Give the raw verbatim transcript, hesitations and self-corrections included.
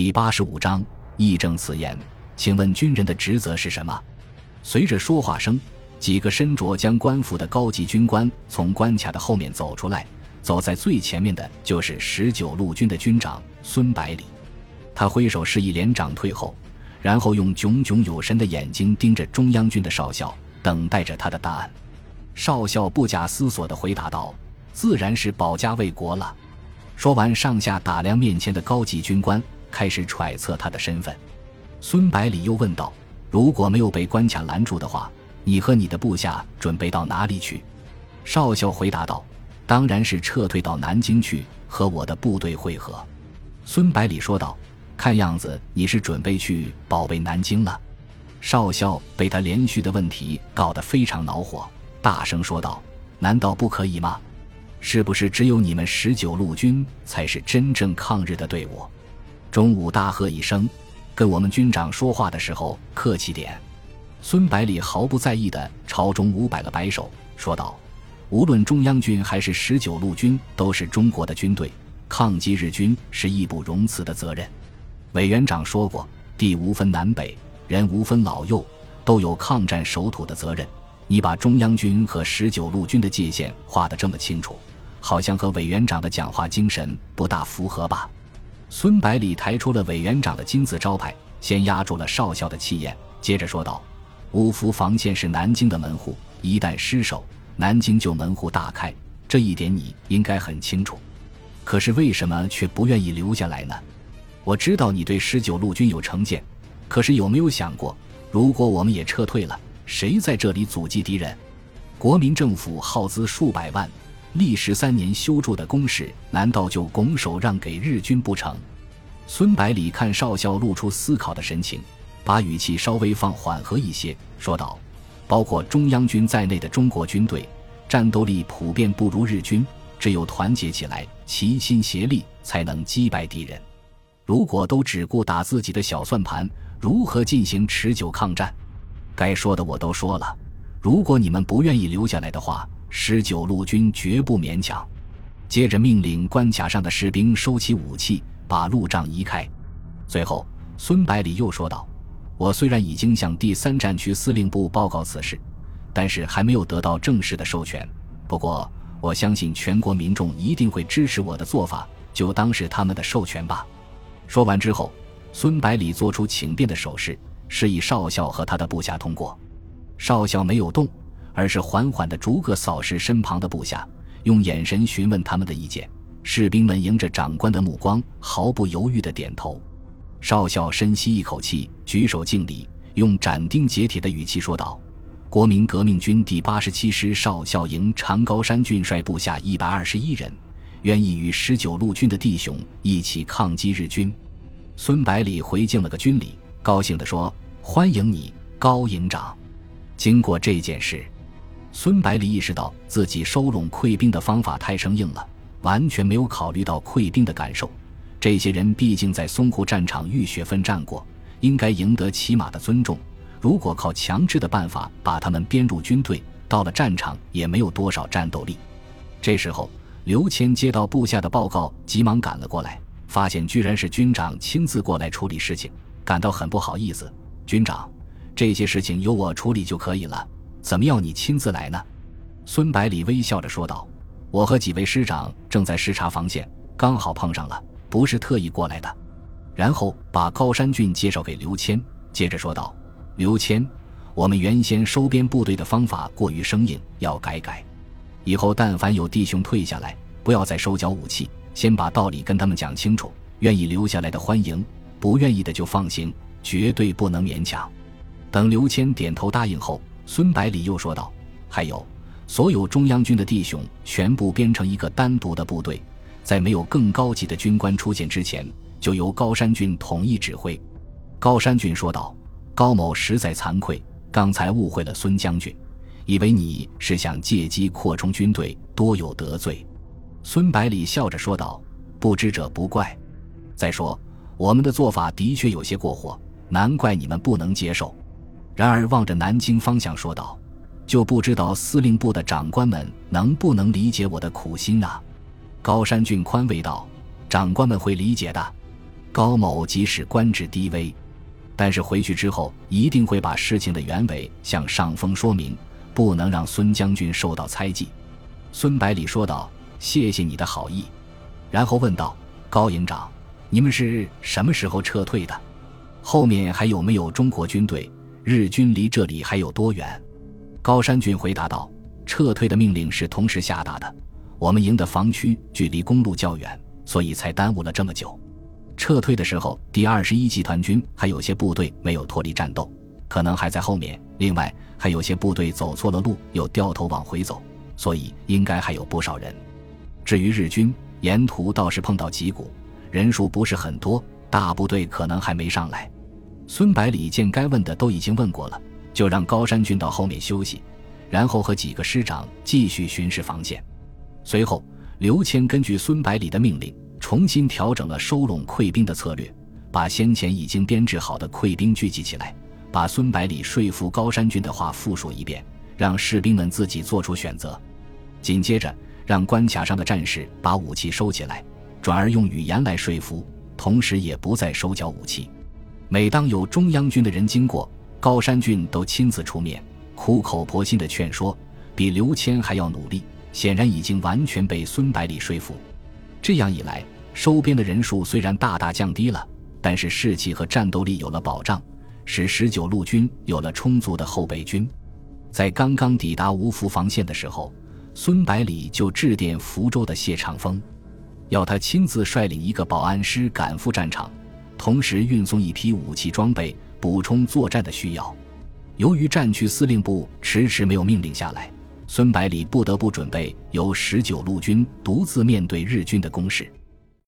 第八十五章义正辞严，请问军人的职责是什么？随着说话声，几个身着将官服的高级军官从关卡的后面走出来，走在最前面的就是十九路军的军长孙百里。他挥手示意连长退后，然后用炯炯有神的眼睛盯着中央军的少校，等待着他的答案。少校不假思索地回答道：自然是保家卫国了。说完，上下打量面前的高级军官，开始揣测他的身份。孙百里又问道：如果没有被关卡拦住的话，你和你的部下准备到哪里去？少校回答道：当然是撤退到南京去，和我的部队会合。孙百里说道：看样子你是准备去保卫南京了。少校被他连续的问题搞得非常恼火，大声说道：难道不可以吗？是不是只有你们十九路军才是真正抗日的队伍？中午大喝一声，跟我们军长说话的时候客气点。孙百里毫不在意地朝中午摆了摆手，说道：无论中央军还是十九路军都是中国的军队，抗击日军是义不容辞的责任。委员长说过，地无分南北，人无分老幼，都有抗战守土的责任。你把中央军和十九路军的界限画得这么清楚，好像和委员长的讲话精神不大符合吧？孙百里抬出了委员长的金字招牌，先压住了少校的气焰，接着说道：五福防线是南京的门户，一旦失守，南京就门户大开，这一点你应该很清楚。可是为什么却不愿意留下来呢？我知道你对十九路军有成见，可是有没有想过，如果我们也撤退了，谁在这里阻击敌人？国民政府耗资数百万，历时三年修筑的工事，难道就拱手让给日军不成？孙百里看少校露出思考的神情，把语气稍微放缓和一些，说道：包括中央军在内的中国军队，战斗力普遍不如日军，只有团结起来，齐心协力，才能击败敌人。如果都只顾打自己的小算盘，如何进行持久抗战？该说的我都说了，如果你们不愿意留下来的话，十九路军绝不勉强。接着命令关卡上的士兵收起武器，把路障移开。最后孙百里又说道：我虽然已经向第三战区司令部报告此事，但是还没有得到正式的授权，不过我相信全国民众一定会支持我的做法，就当是他们的授权吧。说完之后，孙百里做出请便的手势，示意少校和他的部下通过。少校没有动，而是缓缓地逐个扫视身旁的部下，用眼神询问他们的意见。士兵们迎着长官的目光，毫不犹豫地点头。少校深吸一口气，举手敬礼，用斩钉截铁的语气说道：国民革命军第八十七师少校营长高山郡率部下一百二十一人，愿意与十九路军的弟兄一起抗击日军。孙百里回敬了个军礼，高兴地说：欢迎你，高营长。经过这件事，孙百里意识到自己收拢溃兵的方法太生硬了，完全没有考虑到溃兵的感受。这些人毕竟在淞沪战场浴血奋战过，应该赢得起码的尊重。如果靠强制的办法把他们编入军队，到了战场也没有多少战斗力。这时候刘谦接到部下的报告，急忙赶了过来，发现居然是军长亲自过来处理事情，感到很不好意思。军长，这些事情由我处理就可以了，怎么要你亲自来呢？孙百里微笑着说道：我和几位师长正在视察防线，刚好碰上了，不是特意过来的。然后把高山郡介绍给刘谦，接着说道：刘谦，我们原先收编部队的方法过于生硬，要改改。以后但凡有弟兄退下来，不要再收缴武器，先把道理跟他们讲清楚，愿意留下来的欢迎，不愿意的就放行，绝对不能勉强。等刘谦点头答应后，孙百里又说道：还有，所有中央军的弟兄全部编成一个单独的部队，在没有更高级的军官出现之前，就由高山郡统一指挥。高山郡说道：高某实在惭愧，刚才误会了孙将军，以为你是想借机扩充军队，多有得罪。孙百里笑着说道：不知者不怪。再说我们的做法的确有些过火，难怪你们不能接受。然而望着南京方向说道：就不知道司令部的长官们能不能理解我的苦心啊。高山郡宽慰道：长官们会理解的。 高某即使官至低微，但是回去之后一定会把事情的原委向上峰说明，不能让孙将军受到猜忌。孙百里说道：谢谢你的好意。然后问道：高营长，你们是什么时候撤退的？后面还有没有中国军队？日军离这里还有多远？高山俊回答道：撤退的命令是同时下达的，我们营的防区距离公路较远，所以才耽误了这么久。撤退的时候，第二十一集团军还有些部队没有脱离战斗，可能还在后面，另外还有些部队走错了路，又掉头往回走，所以应该还有不少人。至于日军，沿途倒是碰到几股，人数不是很多，大部队可能还没上来。孙百里见该问的都已经问过了，就让高山俊到后面休息，然后和几个师长继续巡视防线。随后刘谦根据孙百里的命令重新调整了收拢溃兵的策略，把先前已经编制好的溃兵聚集起来，把孙百里说服高山俊的话复述一遍，让士兵们自己做出选择。紧接着让关卡上的战士把武器收起来，转而用语言来说服，同时也不再收缴武器。每当有中央军的人经过，高山俊都亲自出面，苦口婆心地劝说，比刘谦还要努力，显然已经完全被孙百里说服。这样一来，收编的人数虽然大大降低了，但是士气和战斗力有了保障，使十九路军有了充足的后备军。在刚刚抵达芜湖防线的时候，孙百里就致电福州的谢长风，要他亲自率领一个保安师赶赴战场，同时运送一批武器装备，补充作战的需要。由于战区司令部迟迟没有命令下来，孙百里不得不准备由十九路军独自面对日军的攻势。